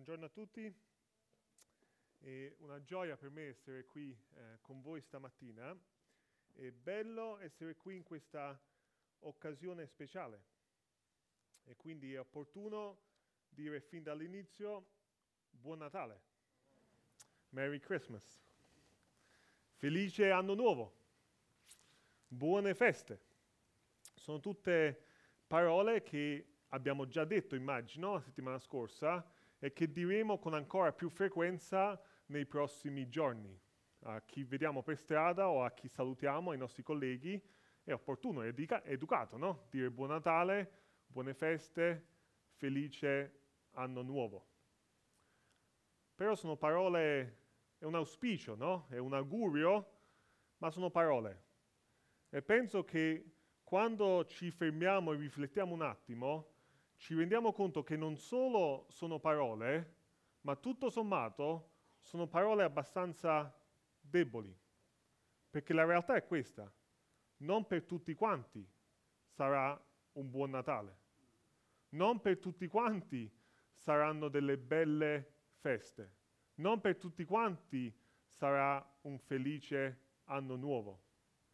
Buongiorno a tutti, è una gioia per me essere qui con voi stamattina. È bello essere qui in questa occasione speciale e quindi è opportuno dire fin dall'inizio Buon Natale, Merry Christmas, Felice Anno Nuovo, Buone Feste. Sono tutte parole che abbiamo già detto, immagino, la settimana scorsa, e che diremo con ancora più frequenza nei prossimi giorni. A chi vediamo per strada o a chi salutiamo, ai nostri colleghi, è opportuno, è educato, no? Dire Buon Natale, buone feste, felice anno nuovo. Però sono parole, è un auspicio, no? È un augurio, ma sono parole. E penso che quando ci fermiamo e riflettiamo un attimo, ci rendiamo conto che non solo sono parole, ma tutto sommato sono parole abbastanza deboli. Perché la realtà è questa: non per tutti quanti sarà un buon Natale. Non per tutti quanti saranno delle belle feste. Non per tutti quanti sarà un felice anno nuovo.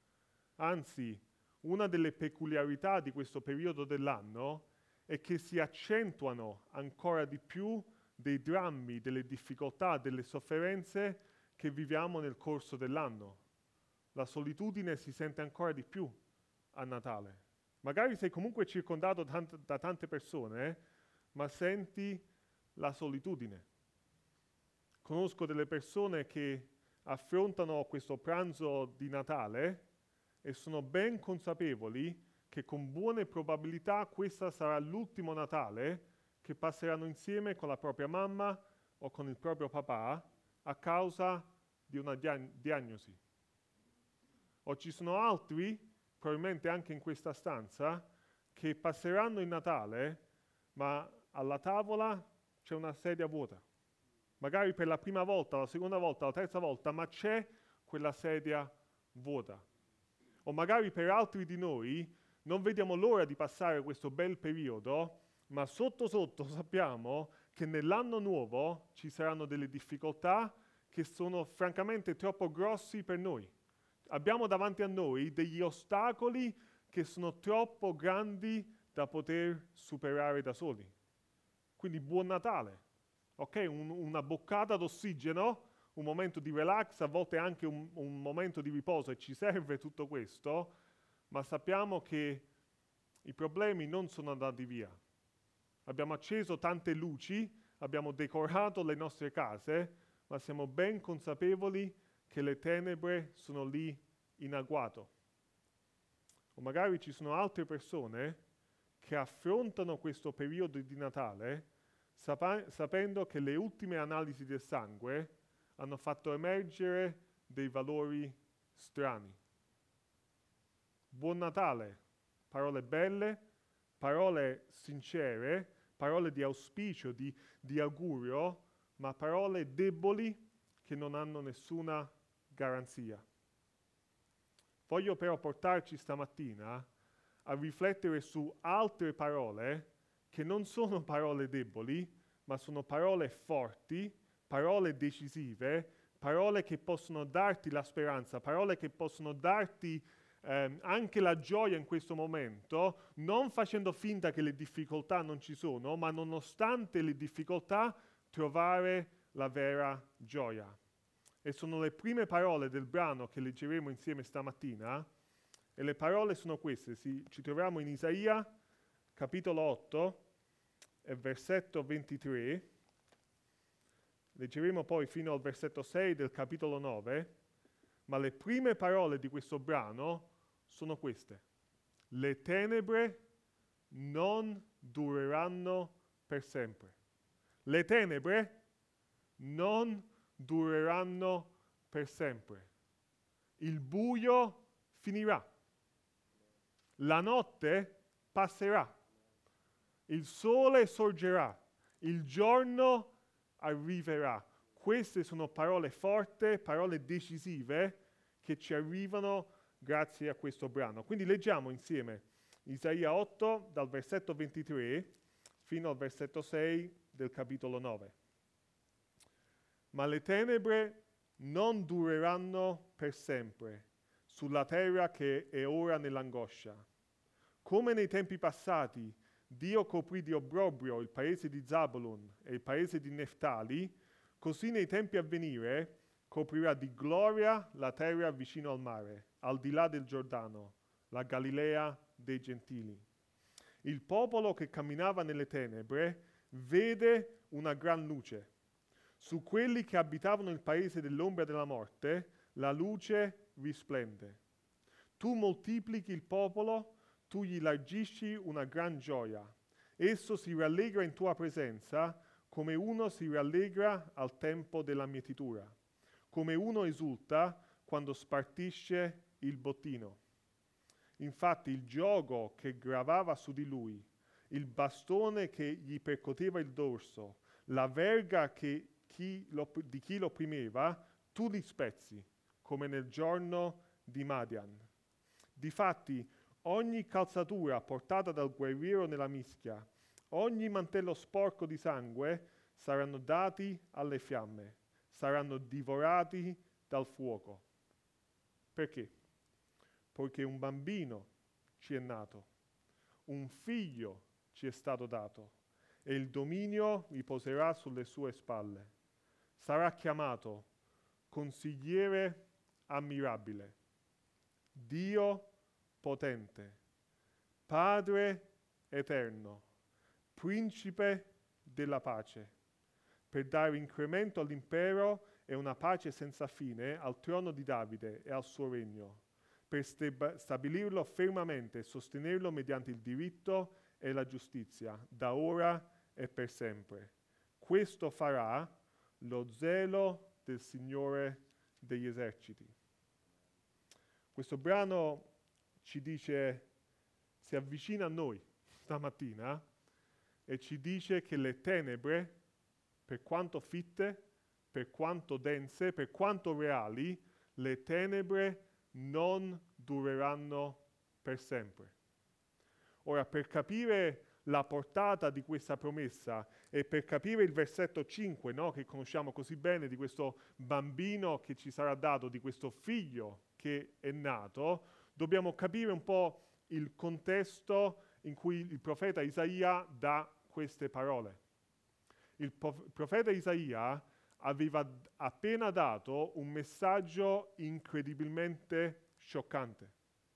Anzi, una delle peculiarità di questo periodo dell'anno è che si accentuano ancora di più dei drammi, delle difficoltà, delle sofferenze che viviamo nel corso dell'anno. La solitudine si sente ancora di più a Natale. Magari sei comunque circondato da tante persone, ma senti la solitudine. Conosco delle persone che affrontano questo pranzo di Natale e sono ben consapevoli che con buone probabilità questo sarà l'ultimo Natale che passeranno insieme con la propria mamma o con il proprio papà a causa di una diagnosi. O ci sono altri, probabilmente anche in questa stanza, che passeranno il Natale, ma alla tavola c'è una sedia vuota. Magari per la prima volta, la seconda volta, la terza volta, ma c'è quella sedia vuota. O magari per altri di noi non vediamo l'ora di passare questo bel periodo, ma sotto sotto sappiamo che nell'anno nuovo ci saranno delle difficoltà che sono francamente troppo grossi per noi. Abbiamo davanti a noi degli ostacoli che sono troppo grandi da poter superare da soli. Quindi buon Natale, ok? Una boccata d'ossigeno, un momento di relax, a volte anche un momento di riposo, e ci serve tutto questo, ma sappiamo che i problemi non sono andati via. Abbiamo acceso tante luci, abbiamo decorato le nostre case, ma siamo ben consapevoli che le tenebre sono lì in agguato. O magari ci sono altre persone che affrontano questo periodo di Natale sapendo che le ultime analisi del sangue hanno fatto emergere dei valori strani. Buon Natale, parole belle, parole sincere, parole di auspicio, di augurio, ma parole deboli che non hanno nessuna garanzia. Voglio però portarci stamattina a riflettere su altre parole che non sono parole deboli, ma sono parole forti, parole decisive, parole che possono darti la speranza, parole che possono darti anche la gioia in questo momento, non facendo finta che le difficoltà non ci sono, ma nonostante le difficoltà trovare la vera gioia. E sono le prime parole del brano che leggeremo insieme stamattina, e le parole sono queste. Ci troviamo in Isaia, capitolo 8, e versetto 23. Leggeremo poi fino al versetto 6 del capitolo 9, ma le prime parole di questo brano sono queste: le tenebre non dureranno per sempre. Le tenebre non dureranno per sempre. Il buio finirà. La notte passerà. Il sole sorgerà. Il giorno arriverà. Queste sono parole forti, parole decisive che ci arrivano grazie a questo brano. Quindi leggiamo insieme Isaia 8 dal versetto 23 fino al versetto 6 del capitolo 9. ma le tenebre non dureranno per sempre sulla terra che è ora nell'angoscia. Come nei tempi passati Dio coprì di obbrobrio il paese di Zabulon e il paese di Neftali, così nei tempi a venire coprirà di gloria la terra vicino al mare, al di là del Giordano, la Galilea dei Gentili. Il popolo che camminava nelle tenebre vede una gran luce. Su quelli che abitavano il paese dell'ombra della morte, la luce risplende. Tu moltiplichi il popolo, tu gli largisci una gran gioia. Esso si rallegra in tua presenza, come uno si rallegra al tempo della mietitura, come uno esulta quando spartisce il bottino. Infatti il giogo che gravava su di lui, il bastone che gli percoteva il dorso, la verga di chi lo opprimeva, tu li spezzi, come nel giorno di Madian. Difatti, ogni calzatura portata dal guerriero nella mischia, ogni mantello sporco di sangue saranno dati alle fiamme, saranno divorati dal fuoco. Perché? Poiché un bambino ci è nato, un figlio ci è stato dato, e il dominio riposerà sulle sue spalle. Sarà chiamato Consigliere ammirabile, Dio potente, Padre eterno, Principe della pace, per dare incremento all'impero e una pace senza fine al trono di Davide e al suo regno, per stabilirlo fermamente e sostenerlo mediante il diritto e la giustizia, da ora e per sempre. Questo farà lo zelo del Signore degli eserciti. Questo brano ci dice, si avvicina a noi stamattina e ci dice che le tenebre, per quanto fitte, per quanto dense, per quanto reali, le tenebre non dureranno per sempre. Ora, per capire la portata di questa promessa e per capire il versetto 5, no, che conosciamo così bene, di questo bambino che ci sarà dato, di questo figlio che è nato, dobbiamo capire un po' il contesto in cui il profeta Isaia dà queste parole. Il profeta Isaia aveva appena dato un messaggio incredibilmente scioccante.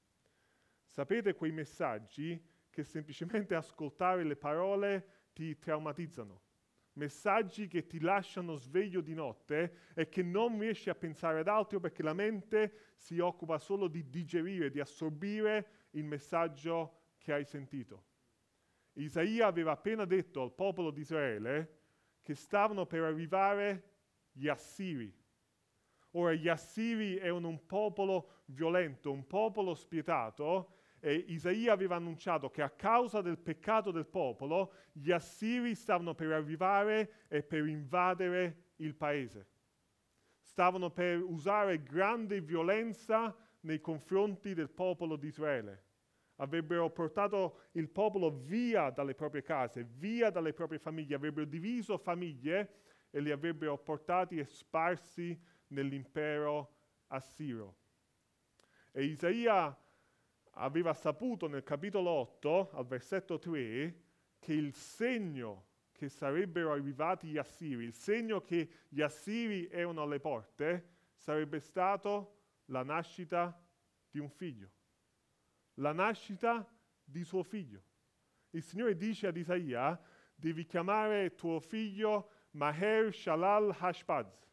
Sapete quei messaggi che semplicemente ascoltare le parole ti traumatizzano? Messaggi che ti lasciano sveglio di notte e che non riesci a pensare ad altro perché la mente si occupa solo di digerire, di assorbire il messaggio che hai sentito. Isaia aveva appena detto al popolo di Israele che stavano per arrivare gli Assiri. Ora, gli Assiri erano un popolo violento, un popolo spietato, e Isaia aveva annunciato che a causa del peccato del popolo, gli Assiri stavano per arrivare e per invadere il paese. Stavano per usare grande violenza nei confronti del popolo di Israele. Avrebbero portato il popolo via dalle proprie case, via dalle proprie famiglie, avrebbero diviso famiglie e li avrebbero portati e sparsi nell'impero assiro. E Isaia aveva saputo nel capitolo 8, al versetto 3, che il segno che sarebbero arrivati gli Assiri, il segno che gli Assiri erano alle porte, sarebbe stato la nascita di un figlio, la nascita di suo figlio. Il Signore dice ad Isaia: devi chiamare tuo figlio Maher Shalal Hashbaz,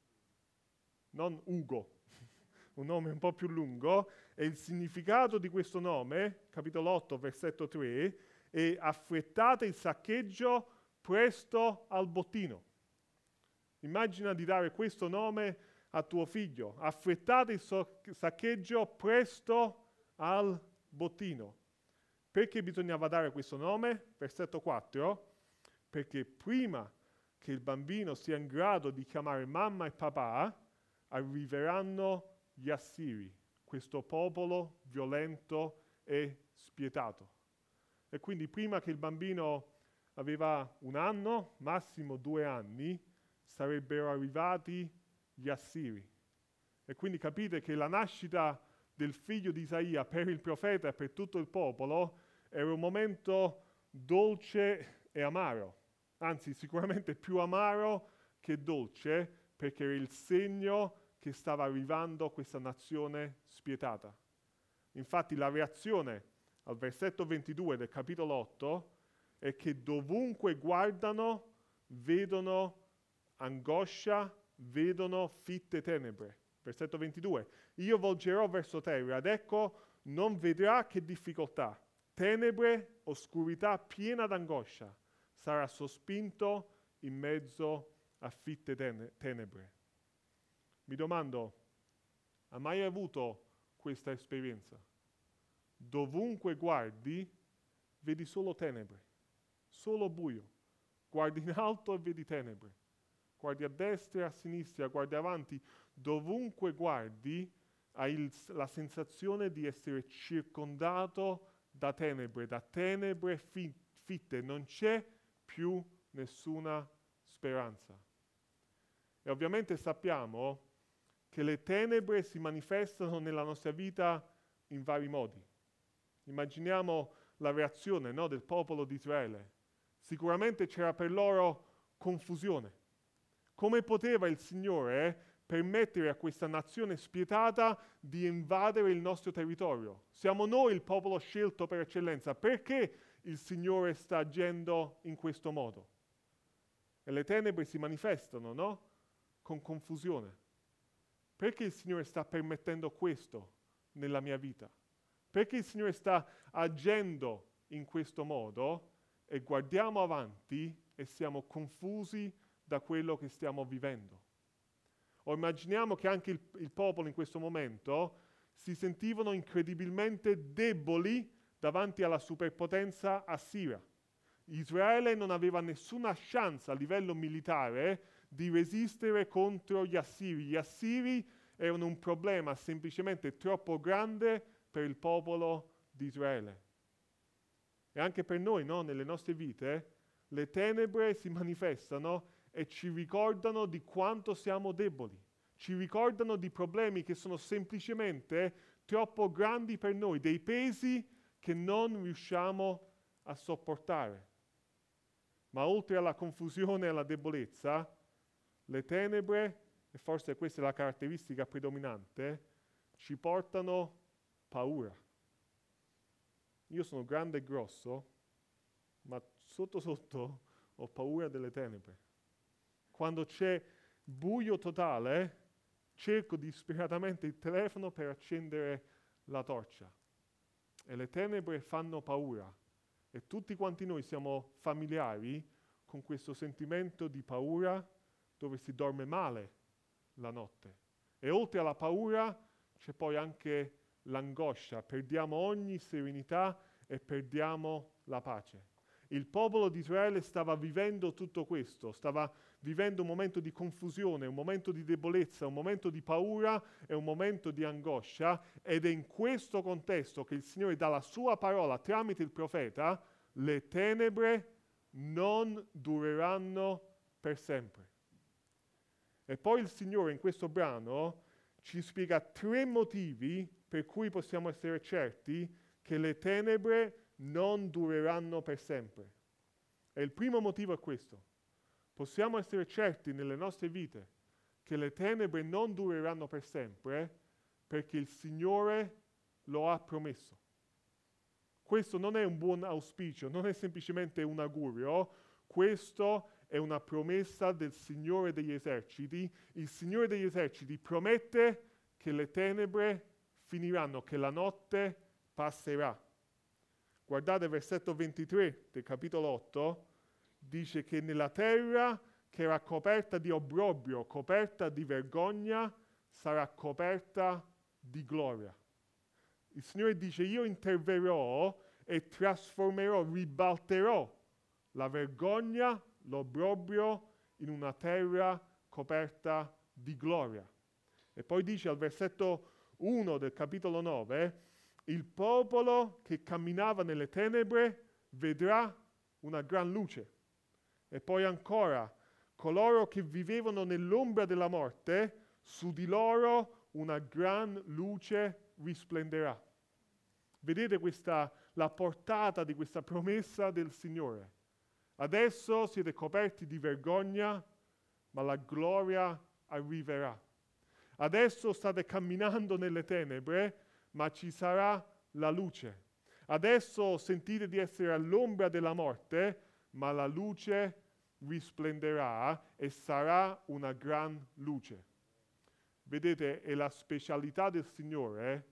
non Ugo, un nome un po' più lungo, e il significato di questo nome, capitolo 8, versetto 3, è affrettate il saccheggio presto al bottino. Immagina di dare questo nome a tuo figlio, affrettate il saccheggio presto al bottino. Perché bisognava dare questo nome? Versetto 4, perché prima che il bambino sia in grado di chiamare mamma e papà, arriveranno gli Assiri, questo popolo violento e spietato. E quindi prima che il bambino aveva 1 anno, massimo 2 anni, sarebbero arrivati gli Assiri. E quindi capite che la nascita del figlio di Isaia per il profeta e per tutto il popolo era un momento dolce e amaro, anzi sicuramente più amaro che dolce, perché era il segno che stava arrivando questa nazione spietata. Infatti la reazione al versetto 22 del capitolo 8 è che dovunque guardano vedono angoscia, vedono fitte tenebre. Versetto 22. Io volgerò verso terra ed ecco non vedrà che difficoltà. Tenebre, oscurità piena d'angoscia. Sarà sospinto in mezzo a fitte tenebre. Mi domando, ha mai avuto questa esperienza? Dovunque guardi, vedi solo tenebre, solo buio. Guardi in alto e vedi tenebre. Guardi a destra e a sinistra, guardi avanti. Dovunque guardi, hai la sensazione di essere circondato da tenebre fitte. Non c'è più nessuna speranza. E ovviamente sappiamo che le tenebre si manifestano nella nostra vita in vari modi. Immaginiamo la reazione, no, del popolo di Israele. Sicuramente c'era per loro confusione. Come poteva il Signore permettere a questa nazione spietata di invadere il nostro territorio? Siamo noi il popolo scelto per eccellenza. Perché il Signore sta agendo in questo modo? E le tenebre si manifestano, no? Con confusione. Perché il Signore sta permettendo questo nella mia vita? Perché il Signore sta agendo in questo modo e guardiamo avanti e siamo confusi da quello che stiamo vivendo? O immaginiamo che anche il popolo in questo momento si sentivano incredibilmente deboli davanti alla superpotenza assira. Israele non aveva nessuna chance a livello militare di resistere contro gli Assiri. Gli Assiri erano un problema semplicemente troppo grande per il popolo di Israele. E anche per noi, no? Nelle nostre vite, le tenebre si manifestano e ci ricordano di quanto siamo deboli. Ci ricordano di problemi che sono semplicemente troppo grandi per noi, dei pesi che non riusciamo a sopportare. Ma oltre alla confusione e alla debolezza, le tenebre, e forse questa è la caratteristica predominante, ci portano paura. Io sono grande e grosso, ma sotto sotto ho paura delle tenebre. Quando c'è buio totale, cerco disperatamente il telefono per accendere la torcia. E le tenebre fanno paura. E tutti quanti noi siamo familiari con questo sentimento di paura dove si dorme male la notte. E oltre alla paura c'è poi anche l'angoscia, perdiamo ogni serenità e perdiamo la pace. Il popolo di Israele stava vivendo tutto questo, stava vivendo un momento di confusione, un momento di debolezza, un momento di paura e un momento di angoscia, ed è in questo contesto che il Signore dà la sua parola tramite il profeta: le tenebre non dureranno per sempre. E poi il Signore in questo brano ci spiega 3 motivi per cui possiamo essere certi che le tenebre non dureranno per sempre. E il primo motivo è questo. Possiamo essere certi nelle nostre vite che le tenebre non dureranno per sempre perché il Signore lo ha promesso. Questo non è un buon auspicio, non è semplicemente un augurio, questo è una promessa del Signore degli eserciti. Il Signore degli eserciti promette che le tenebre finiranno, che la notte passerà. Guardate il versetto 23 del capitolo 8, dice che nella terra che era coperta di obbrobrio, coperta di vergogna, sarà coperta di gloria. Il Signore dice: io interverrò e trasformerò, ribalterò la vergogna, l'obbrobrio in una terra coperta di gloria. E poi dice al versetto 1 del capitolo 9: il popolo che camminava nelle tenebre vedrà una gran luce. E poi ancora, coloro che vivevano nell'ombra della morte, su di loro una gran luce risplenderà. Vedete la portata di questa promessa del Signore? Adesso siete coperti di vergogna, ma la gloria arriverà. Adesso state camminando nelle tenebre, ma ci sarà la luce. Adesso sentite di essere all'ombra della morte, ma la luce risplenderà e sarà una gran luce. Vedete, è la specialità del Signore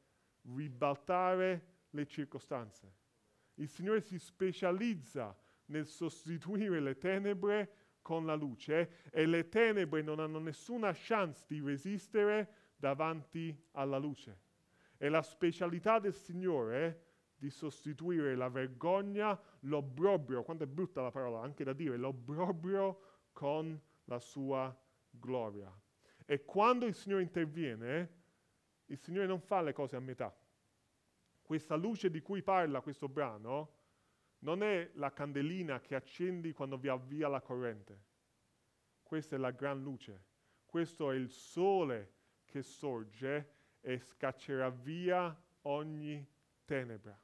ribaltare le circostanze. Il Signore si specializza nel sostituire le tenebre con la luce e le tenebre non hanno nessuna chance di resistere davanti alla luce. È la specialità del Signore di sostituire la vergogna, l'obbrobrio, quanto è brutta la parola anche da dire, l'obbrobrio con la sua gloria. E quando il Signore interviene, il Signore non fa le cose a metà. Questa luce di cui parla questo brano non è la candelina che accendi quando vi avvia la corrente. Questa è la gran luce. Questo è il sole che sorge e scaccerà via ogni tenebra.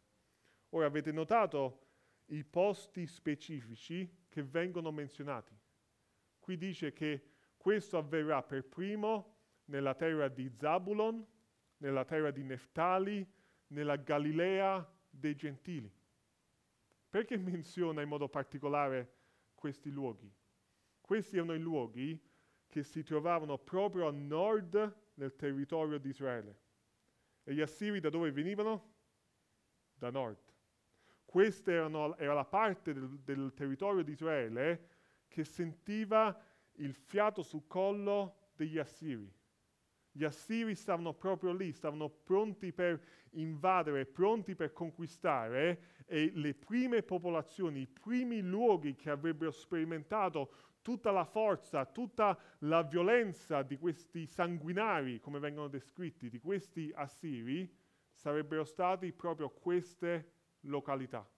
Ora avete notato i posti specifici che vengono menzionati. Qui dice che questo avverrà per primo nella terra di Zabulon, nella terra di Neftali, nella Galilea dei Gentili. Perché menziona in modo particolare questi luoghi? Questi erano i luoghi che si trovavano proprio a nord nel territorio di Israele. E gli Assiri da dove venivano? Da nord. Questa era la parte del territorio di Israele che sentiva il fiato sul collo degli Assiri. Gli Assiri stavano proprio lì, stavano pronti per invadere, pronti per conquistare, e le prime popolazioni, i primi luoghi che avrebbero sperimentato tutta la forza, tutta la violenza di questi sanguinari, come vengono descritti, di questi Assiri, sarebbero stati proprio queste località.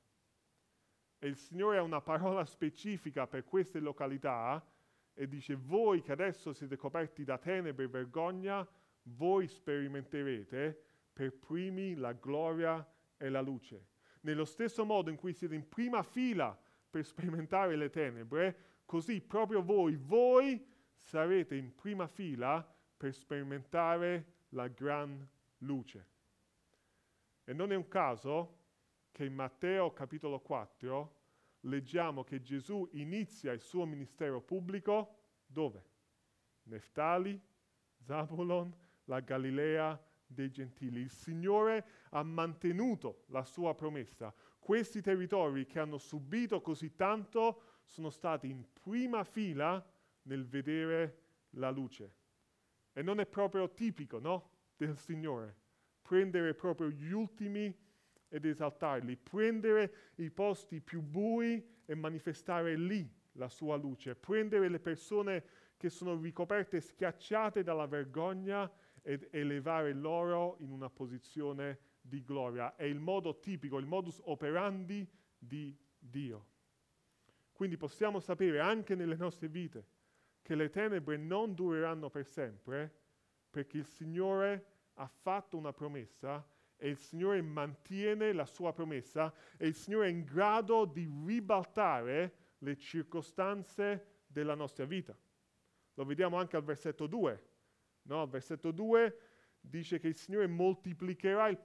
E il Signore ha una parola specifica per queste località e dice: voi che adesso siete coperti da tenebre e vergogna, voi sperimenterete per primi la gloria e la luce. Nello stesso modo in cui siete in prima fila per sperimentare le tenebre, così proprio voi sarete in prima fila per sperimentare la gran luce. E non è un caso che in Matteo capitolo 4 leggiamo che Gesù inizia il suo ministero pubblico dove? Neftali, Zabulon, la Galilea dei Gentili. Il Signore ha mantenuto la sua promessa. Questi territori che hanno subito così tanto sono stati in prima fila nel vedere la luce. E non è proprio tipico, no? Del Signore prendere proprio gli ultimi ed esaltarli, prendere i posti più bui e manifestare lì la sua luce, prendere le persone che sono ricoperte e schiacciate dalla vergogna ed elevare loro in una posizione di gloria. È il modo tipico, il modus operandi di Dio. Quindi possiamo sapere anche nelle nostre vite che le tenebre non dureranno per sempre, perché il Signore ha fatto una promessa e il Signore mantiene la sua promessa e il Signore è in grado di ribaltare le circostanze della nostra vita. Lo vediamo anche al versetto 2. No? Al versetto 2 dice che il Signore moltiplicherà il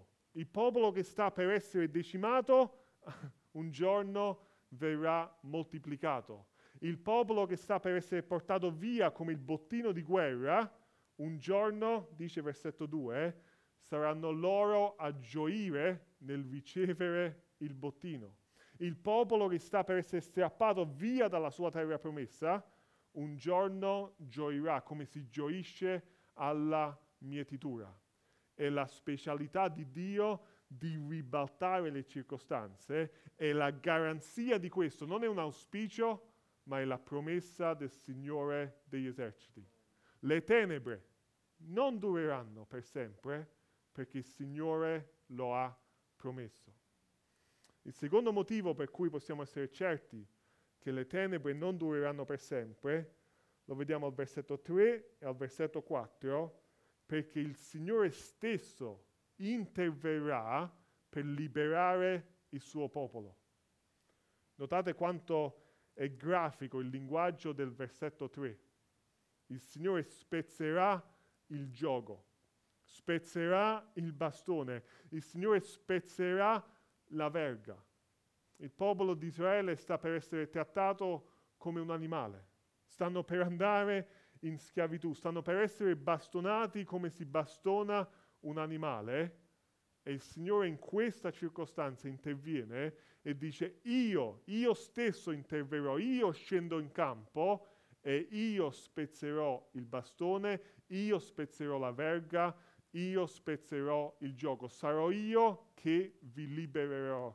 popolo che sta per essere decimato un giorno verrà moltiplicato. Il popolo che sta per essere portato via come il bottino di guerra, un giorno, dice versetto 2, saranno loro a gioire nel ricevere il bottino. Il popolo che sta per essere strappato via dalla sua terra promessa, un giorno gioirà come si gioisce alla mietitura. È la specialità di Dio di ribaltare le circostanze e la garanzia di questo non è un auspicio, ma è la promessa del Signore degli eserciti. Le tenebre non dureranno per sempre perché il Signore lo ha promesso. Il secondo motivo per cui possiamo essere certi che le tenebre non dureranno per sempre, lo vediamo al versetto 3 e al versetto 4, perché il Signore stesso interverrà per liberare il suo popolo. Notate quanto è grafico il linguaggio del versetto 3. Il Signore spezzerà il giogo, spezzerà il bastone, il Signore spezzerà la verga. Il popolo di Israele sta per essere trattato come un animale. Stanno per andare in schiavitù, stanno per essere bastonati come si bastona un animale, e il Signore in questa circostanza interviene e dice: io stesso interverrò, io scendo in campo e io spezzerò il bastone, io spezzerò la verga, io spezzerò il gioco, sarò io che vi libererò.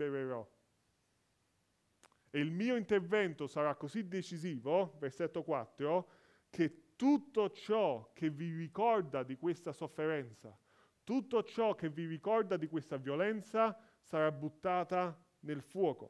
E il mio intervento sarà così decisivo, versetto 4, che tutto ciò che vi ricorda di questa sofferenza, tutto ciò che vi ricorda di questa violenza sarà buttata nel fuoco.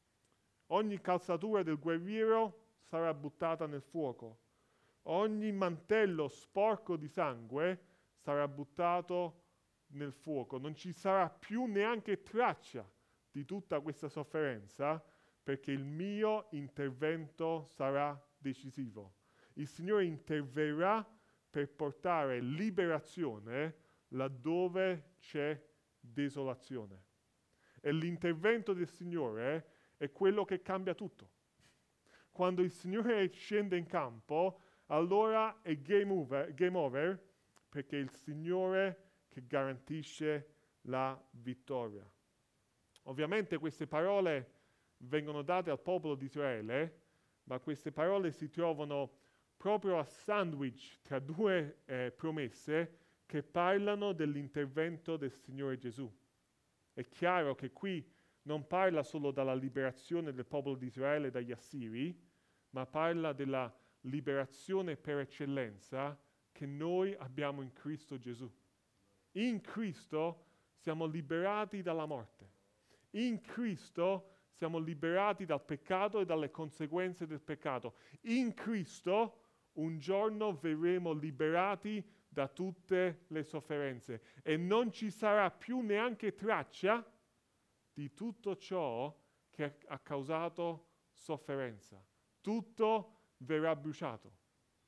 Ogni calzatura del guerriero sarà buttata nel fuoco. Ogni mantello sporco di sangue sarà buttato nel fuoco. Non ci sarà più neanche traccia di tutta questa sofferenza, perché il mio intervento sarà decisivo. Il Signore interverrà per portare liberazione laddove c'è desolazione. E l'intervento del Signore è quello che cambia tutto. Quando il Signore scende in campo, allora è game over, perché è il Signore che garantisce la vittoria. Ovviamente queste parole vengono date al popolo di Israele, ma queste parole si trovano proprio a sandwich tra due promesse che parlano dell'intervento del Signore Gesù. È chiaro che qui non parla solo della liberazione del popolo di Israele dagli Assiri, ma parla della liberazione per eccellenza che noi abbiamo in Cristo Gesù. In Cristo siamo liberati dalla morte. In Cristo siamo liberati dal peccato e dalle conseguenze del peccato. In Cristo un giorno verremo liberati da tutte le sofferenze e non ci sarà più neanche traccia di tutto ciò che ha causato sofferenza. Tutto verrà bruciato.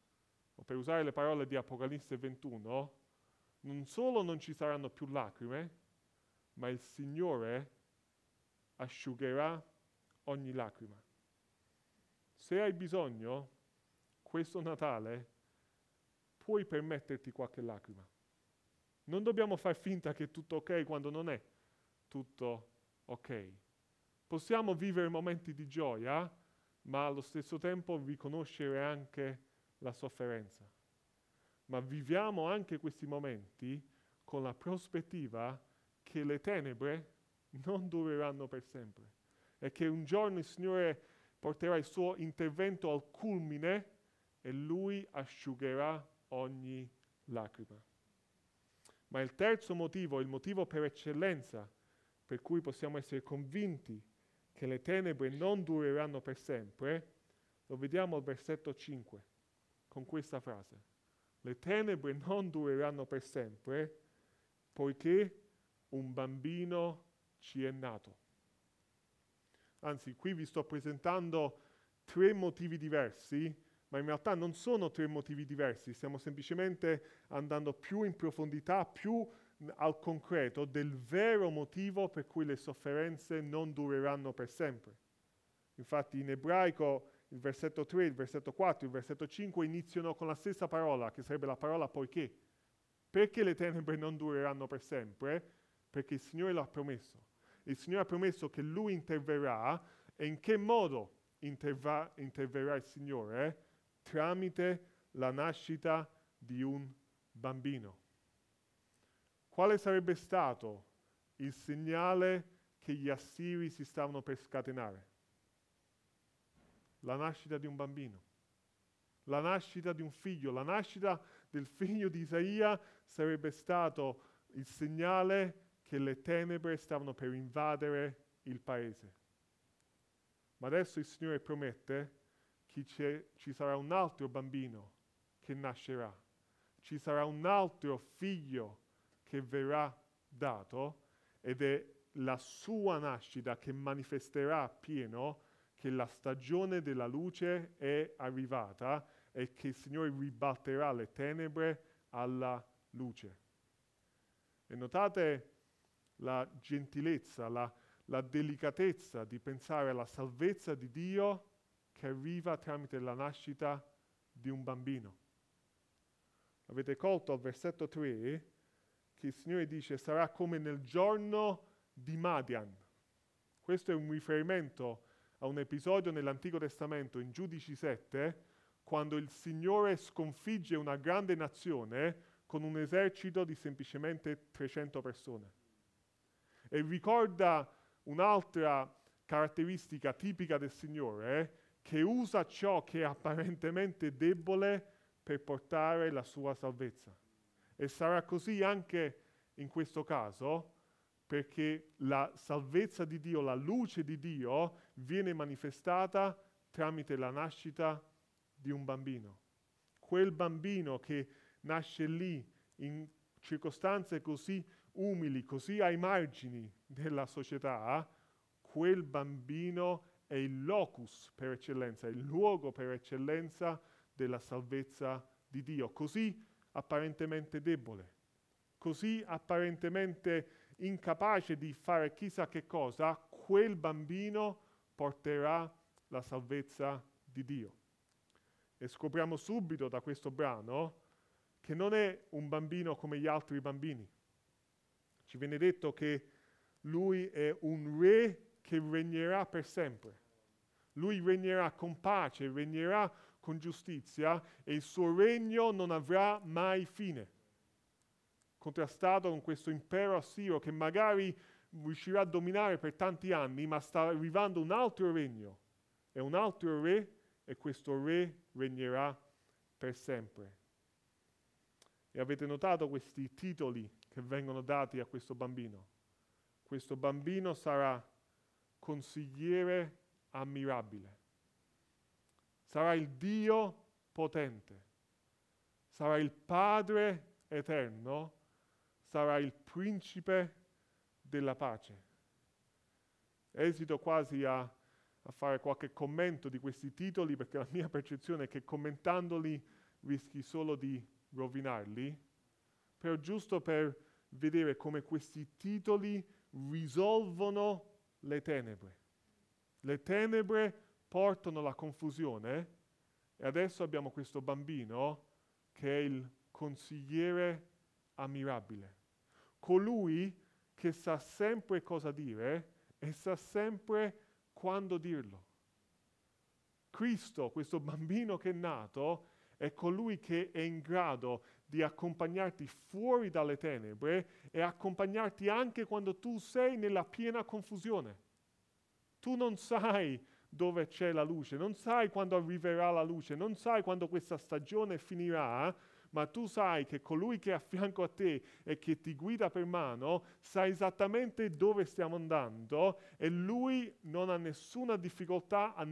O per usare le parole di Apocalisse 21, non solo non ci saranno più lacrime, ma il Signore asciugherà ogni lacrima. Se hai bisogno, questo Natale puoi permetterti qualche lacrima. Non dobbiamo far finta che è tutto ok quando non è tutto ok. Possiamo vivere momenti di gioia, ma allo stesso tempo riconoscere anche la sofferenza. Ma viviamo anche questi momenti con la prospettiva che le tenebre non dureranno per sempre e che un giorno il Signore porterà il suo intervento al culmine e Lui asciugherà ogni lacrima. Ma il terzo motivo, il motivo per eccellenza per cui possiamo essere convinti che le tenebre non dureranno per sempre, lo vediamo al versetto 5, con questa frase: le tenebre non dureranno per sempre, poiché un bambino ci è nato. Anzi, qui vi sto presentando 3 motivi diversi, ma in realtà non sono 3 motivi diversi, stiamo semplicemente andando più in profondità, più al concreto del vero motivo per cui le sofferenze non dureranno per sempre. Infatti in ebraico il versetto 3, il versetto 4, il versetto 5 iniziano con la stessa parola, che sarebbe la parola poiché. Perché le tenebre non dureranno per sempre? Perché il Signore l'ha promesso. Il Signore ha promesso che Lui interverrà, e in che modo interverrà il Signore? Tramite la nascita di un bambino. Quale sarebbe stato il segnale che gli Assiri si stavano per scatenare? La nascita di un bambino, la nascita di un figlio, la nascita del figlio di Isaia sarebbe stato il segnale che le tenebre stavano per invadere il paese. Ma adesso il Signore promette che ci sarà un altro bambino che nascerà, ci sarà un altro figlio che verrà dato, ed è la sua nascita che manifesterà appieno che la stagione della luce è arrivata e che il Signore ribalterà le tenebre alla luce. E notate la gentilezza, la delicatezza di pensare alla salvezza di Dio che arriva tramite la nascita di un bambino. Avete colto al versetto 3 che il Signore dice sarà come nel giorno di Madian. Questo è un riferimento a un episodio nell'Antico Testamento, in Giudici 7, quando il Signore sconfigge una grande nazione con un esercito di semplicemente 300 persone. E ricorda un'altra caratteristica tipica del Signore, che usa ciò che è apparentemente debole per portare la sua salvezza. E sarà così anche in questo caso, perché la salvezza di Dio, la luce di Dio, viene manifestata tramite la nascita di un bambino. Quel bambino che nasce lì in circostanze così umili, così ai margini della società, quel bambino è il locus per eccellenza, il luogo per eccellenza della salvezza di Dio, così apparentemente debole, così apparentemente incapace di fare chissà che cosa, quel bambino porterà la salvezza di Dio. E scopriamo subito da questo brano che non è un bambino come gli altri bambini. Ci viene detto che lui è un re che regnerà per sempre. Lui regnerà con pace, regnerà con giustizia e il suo regno non avrà mai fine. Contrastato con questo impero assiro che magari riuscirà a dominare per tanti anni, ma sta arrivando un altro regno e un altro re, e questo re regnerà per sempre. E avete notato questi titoli che vengono dati a questo bambino? Questo bambino sarà consigliere ammirabile, sarà il Dio potente, sarà il Padre eterno, sarà il principe della pace. Esito quasi a fare qualche commento di questi titoli, perché la mia percezione è che commentandoli rischi solo di rovinarli, però giusto per vedere come questi titoli risolvono le tenebre. Le tenebre portano la confusione e adesso abbiamo questo bambino che è il consigliere ammirabile, colui che sa sempre cosa dire e sa sempre quando dirlo. Cristo, questo bambino che è nato, è colui che è in grado di accompagnarti fuori dalle tenebre e accompagnarti anche quando tu sei nella piena confusione. Tu non sai dove c'è la luce, non sai quando arriverà la luce, non sai quando questa stagione finirà, ma tu sai che colui che è a fianco a te e che ti guida per mano sa esattamente dove stiamo andando e lui non ha nessuna difficoltà a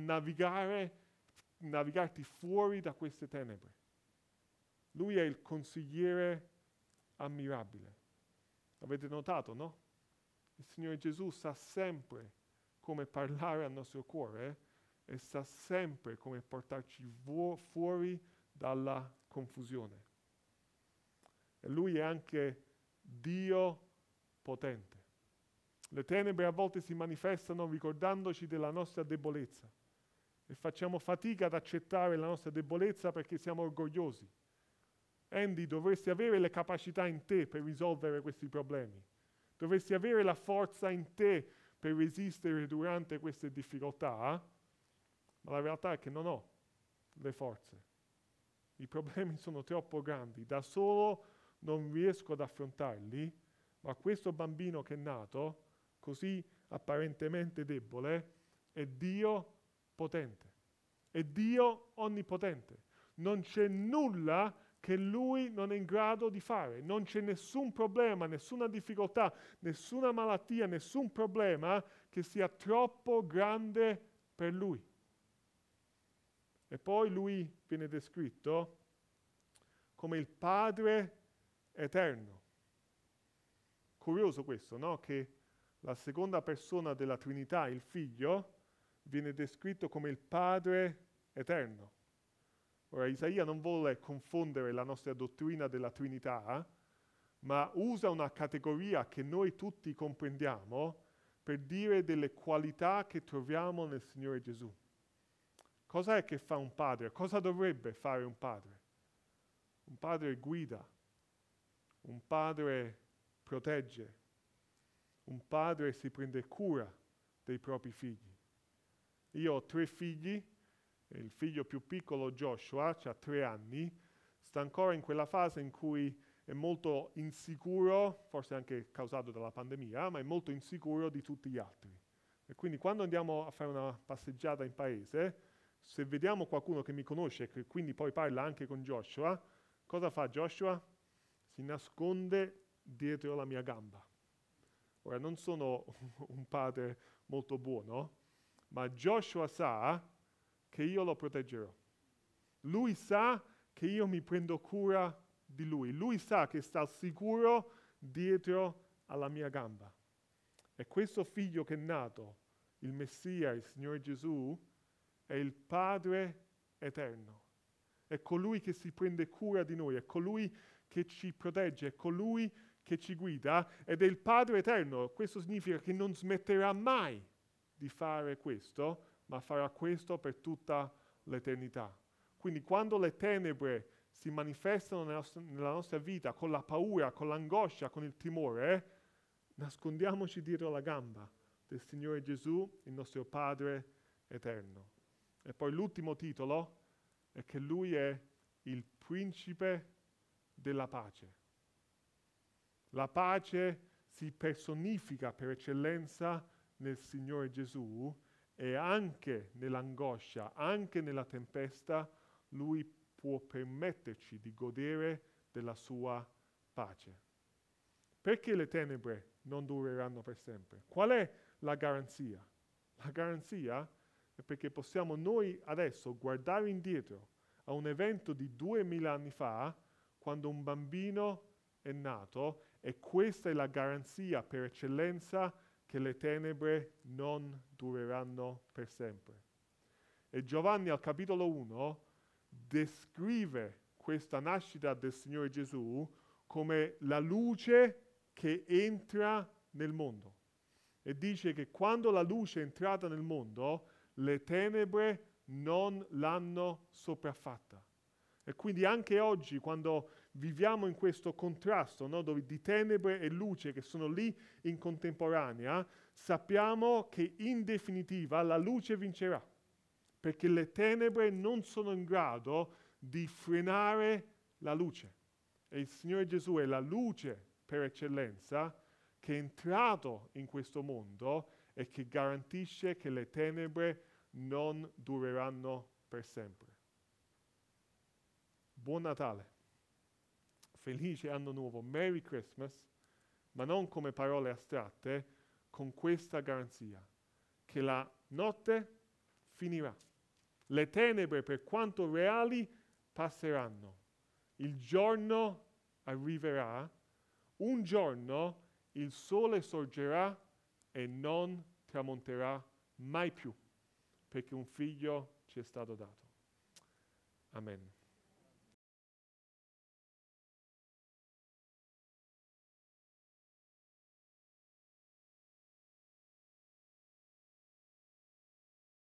navigarti fuori da queste tenebre. Lui è il consigliere ammirabile. Avete notato, no? Il Signore Gesù sa sempre come parlare al nostro cuore e sa sempre come portarci fuori dalla confusione. E Lui è anche Dio potente. Le tenebre a volte si manifestano ricordandoci della nostra debolezza e facciamo fatica ad accettare la nostra debolezza perché siamo orgogliosi. Andy, dovresti avere le capacità in te per risolvere questi problemi. Dovresti avere la forza in te per resistere durante queste difficoltà, ma la realtà è che non ho le forze. I problemi sono troppo grandi, da solo non riesco ad affrontarli, ma questo bambino che è nato, così apparentemente debole, è Dio potente, è Dio onnipotente. Non c'è nulla che Lui non è in grado di fare, non c'è nessun problema, nessuna difficoltà, nessuna malattia, nessun problema che sia troppo grande per Lui. E poi Lui viene descritto come il Padre eterno. Curioso questo, no? Che la seconda persona della Trinità, il Figlio, viene descritto come il Padre eterno. Ora, Isaia non vuole confondere la nostra dottrina della Trinità, ma usa una categoria che noi tutti comprendiamo per dire delle qualità che troviamo nel Signore Gesù. Cosa è che fa un padre? Cosa dovrebbe fare un padre? Un padre guida, un padre protegge, un padre si prende cura dei propri figli. Io ho 3 figli, e il figlio più piccolo, Joshua, ha 3 anni, sta ancora in quella fase in cui è molto insicuro, forse anche causato dalla pandemia, ma è molto insicuro di tutti gli altri. E quindi quando andiamo a fare una passeggiata in paese, se vediamo qualcuno che mi conosce e che quindi poi parla anche con Joshua, cosa fa Joshua? Si nasconde dietro la mia gamba. Ora, non sono un padre molto buono, ma Joshua sa che io lo proteggerò. Lui sa che io mi prendo cura di lui. Lui sa che sta al sicuro dietro alla mia gamba. E questo figlio che è nato, il Messia, il Signore Gesù, è il Padre eterno. È colui che si prende cura di noi, è colui che ci protegge, è colui che ci guida ed è il Padre eterno. Questo significa che non smetterà mai di fare questo, ma farà questo per tutta l'eternità. Quindi quando le tenebre si manifestano nella nostra vita con la paura, con l'angoscia, con il timore, nascondiamoci dietro la gamba del Signore Gesù, il nostro Padre eterno. E poi l'ultimo titolo è che Lui è il principe della pace. La pace si personifica per eccellenza nel Signore Gesù e anche nell'angoscia, anche nella tempesta, Lui può permetterci di godere della sua pace. Perché le tenebre non dureranno per sempre? Qual è la garanzia? La garanzia è perché possiamo noi adesso guardare indietro a un evento di 2000 anni fa, quando un bambino è nato, e questa è la garanzia per eccellenza che le tenebre non dureranno per sempre. E Giovanni al capitolo 1 descrive questa nascita del Signore Gesù come la luce che entra nel mondo. E dice che quando la luce è entrata nel mondo, le tenebre non l'hanno sopraffatta. E quindi anche oggi, quando viviamo in questo contrasto, no, dove di tenebre e luce che sono lì in contemporanea, sappiamo che in definitiva la luce vincerà, perché le tenebre non sono in grado di frenare la luce. E il Signore Gesù è la luce per eccellenza che è entrato in questo mondo e che garantisce che le tenebre non dureranno per sempre. Buon Natale, felice anno nuovo, Merry Christmas, ma non come parole astratte, con questa garanzia, che la notte finirà. Le tenebre, per quanto reali, passeranno. Il giorno arriverà, un giorno il sole sorgerà e non tramonterà mai più, perché un figlio ci è stato dato. Amen.